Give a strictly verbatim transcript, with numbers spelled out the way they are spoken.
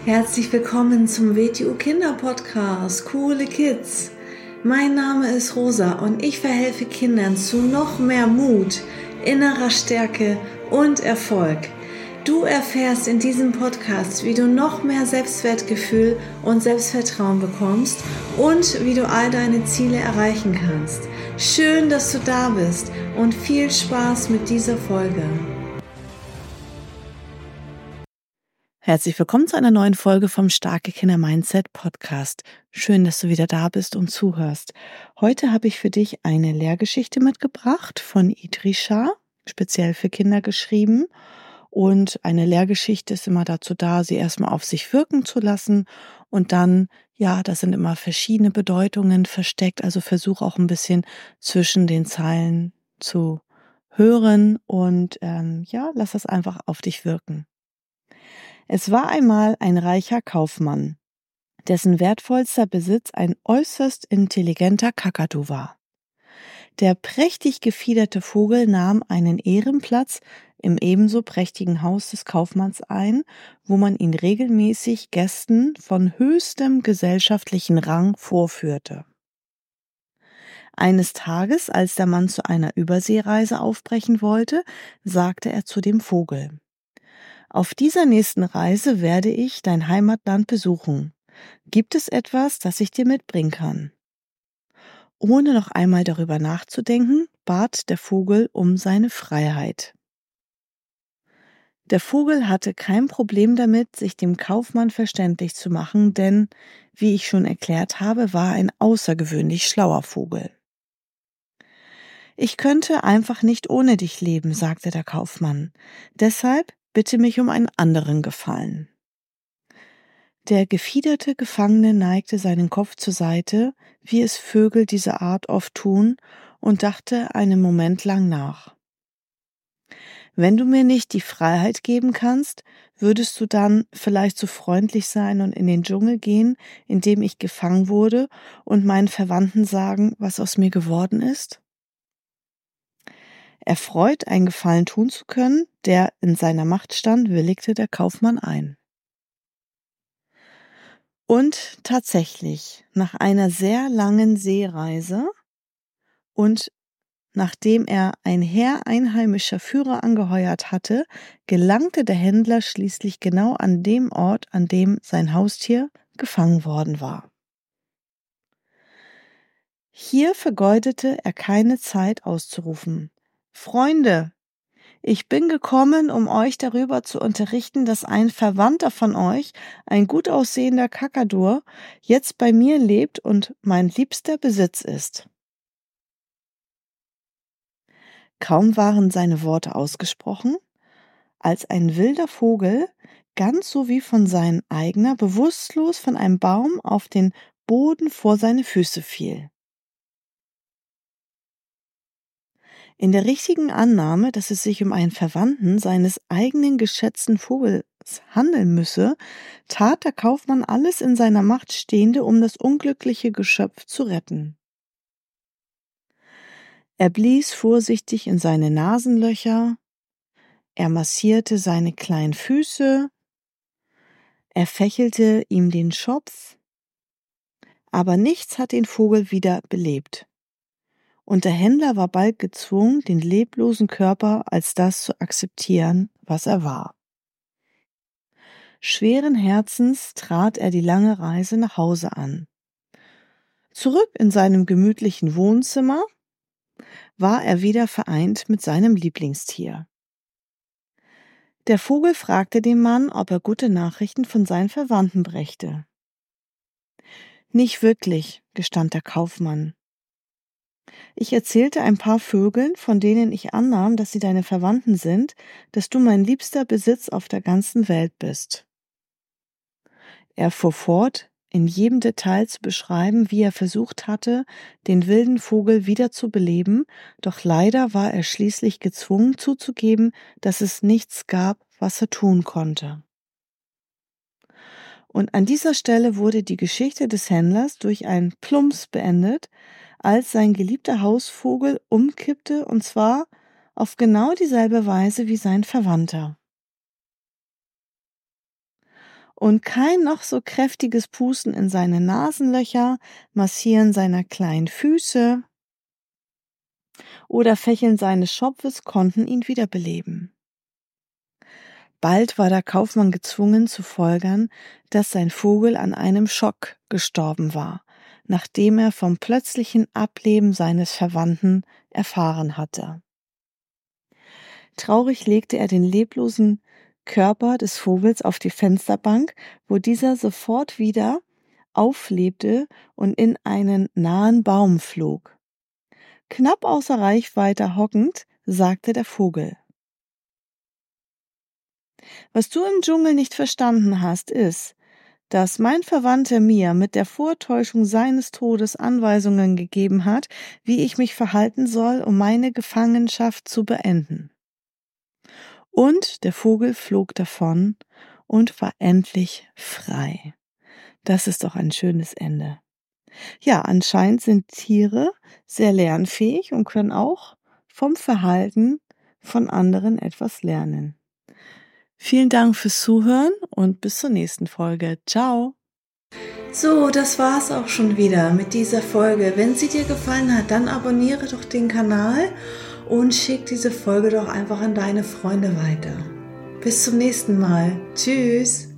Herzlich willkommen zum W T U Kinder Podcast, Coole Kids. Mein Name ist Rosa und ich verhelfe Kindern zu noch mehr Mut, innerer Stärke und Erfolg. Du erfährst in diesem Podcast, wie du noch mehr Selbstwertgefühl und Selbstvertrauen bekommst und wie du all deine Ziele erreichen kannst. Schön, dass du da bist und viel Spaß mit dieser Folge. Herzlich willkommen zu einer neuen Folge vom Starke Kinder Mindset Podcast. Schön, dass du wieder da bist und zuhörst. Heute habe ich für dich eine Lehrgeschichte mitgebracht von Idrisha, speziell für Kinder geschrieben. Und eine Lehrgeschichte ist immer dazu da, sie erstmal auf sich wirken zu lassen und dann, ja, da sind immer verschiedene Bedeutungen versteckt, also versuch auch ein bisschen zwischen den Zeilen zu hören und ähm, ja, lass das einfach auf dich wirken. Es war einmal ein reicher Kaufmann, dessen wertvollster Besitz ein äußerst intelligenter Kakadu war. Der prächtig gefiederte Vogel nahm einen Ehrenplatz im ebenso prächtigen Haus des Kaufmanns ein, wo man ihn regelmäßig Gästen von höchstem gesellschaftlichen Rang vorführte. Eines Tages, als der Mann zu einer Überseereise aufbrechen wollte, sagte er zu dem Vogel: Auf dieser nächsten Reise werde ich dein Heimatland besuchen. Gibt es etwas, das ich dir mitbringen kann? Ohne noch einmal darüber nachzudenken, bat der Vogel um seine Freiheit. Der Vogel hatte kein Problem damit, sich dem Kaufmann verständlich zu machen, denn, wie ich schon erklärt habe, war er ein außergewöhnlich schlauer Vogel. Ich könnte einfach nicht ohne dich leben, sagte der Kaufmann. Deshalb bitte mich um einen anderen Gefallen. Der gefiederte Gefangene neigte seinen Kopf zur Seite, wie es Vögel dieser Art oft tun, und dachte einen Moment lang nach. Wenn du mir nicht die Freiheit geben kannst, würdest du dann vielleicht so freundlich sein und in den Dschungel gehen, in dem ich gefangen wurde, und meinen Verwandten sagen, was aus mir geworden ist? Erfreut, einen Gefallen tun zu können, der in seiner Macht stand, willigte der Kaufmann ein. Und tatsächlich, nach einer sehr langen Seereise und nachdem er ein Heer einheimischer Führer angeheuert hatte, gelangte der Händler schließlich genau an dem Ort, an dem sein Haustier gefangen worden war. Hier vergeudete er keine Zeit auszurufen: Freunde, ich bin gekommen, um euch darüber zu unterrichten, dass ein Verwandter von euch, ein gut aussehender Kakadu, jetzt bei mir lebt und mein liebster Besitz ist. Kaum waren seine Worte ausgesprochen, als ein wilder Vogel, ganz so wie von seinem eigener, bewusstlos von einem Baum auf den Boden vor seine Füße fiel. In der richtigen Annahme, dass es sich um einen Verwandten seines eigenen geschätzten Vogels handeln müsse, tat der Kaufmann alles in seiner Macht Stehende, um das unglückliche Geschöpf zu retten. Er blies vorsichtig in seine Nasenlöcher, er massierte seine kleinen Füße, er fächelte ihm den Schopf, aber nichts hat den Vogel wieder belebt. Und der Händler war bald gezwungen, den leblosen Körper als das zu akzeptieren, was er war. Schweren Herzens trat er die lange Reise nach Hause an. Zurück in seinem gemütlichen Wohnzimmer war er wieder vereint mit seinem Lieblingstier. Der Vogel fragte den Mann, ob er gute Nachrichten von seinen Verwandten brächte. Nicht wirklich, gestand der Kaufmann. Ich erzählte ein paar Vögeln, von denen ich annahm, dass sie deine Verwandten sind, dass du mein liebster Besitz auf der ganzen Welt bist. Er fuhr fort, in jedem Detail zu beschreiben, wie er versucht hatte, den wilden Vogel wieder zu beleben, doch leider war er schließlich gezwungen zuzugeben, dass es nichts gab, was er tun konnte. Und an dieser Stelle wurde die Geschichte des Händlers durch einen Plumps beendet, als sein geliebter Hausvogel umkippte, und zwar auf genau dieselbe Weise wie sein Verwandter. und kein noch so kräftiges Pusten in seine Nasenlöcher, Massieren seiner kleinen Füße oder Fächeln seines Schopfes konnten ihn wiederbeleben. Bald war der Kaufmann gezwungen zu folgern, dass sein Vogel an einem Schock gestorben war, nachdem er vom plötzlichen Ableben seines Verwandten erfahren hatte. Traurig legte er den leblosen Körper des Vogels auf die Fensterbank, wo dieser sofort wieder auflebte und in einen nahen Baum flog. Knapp außer Reichweite hockend, sagte der Vogel: Was du im Dschungel nicht verstanden hast, ist, dass mein Verwandter mir mit der Vortäuschung seines Todes Anweisungen gegeben hat, wie ich mich verhalten soll, um meine Gefangenschaft zu beenden. Und der Vogel flog davon und war endlich frei. Das ist doch ein schönes Ende. Ja, anscheinend sind Tiere sehr lernfähig und können auch vom Verhalten von anderen etwas lernen. Vielen Dank fürs Zuhören und bis zur nächsten Folge. Ciao! So, das war's auch schon wieder mit dieser Folge. Wenn sie dir gefallen hat, dann abonniere doch den Kanal und schick diese Folge doch einfach an deine Freunde weiter. Bis zum nächsten Mal. Tschüss!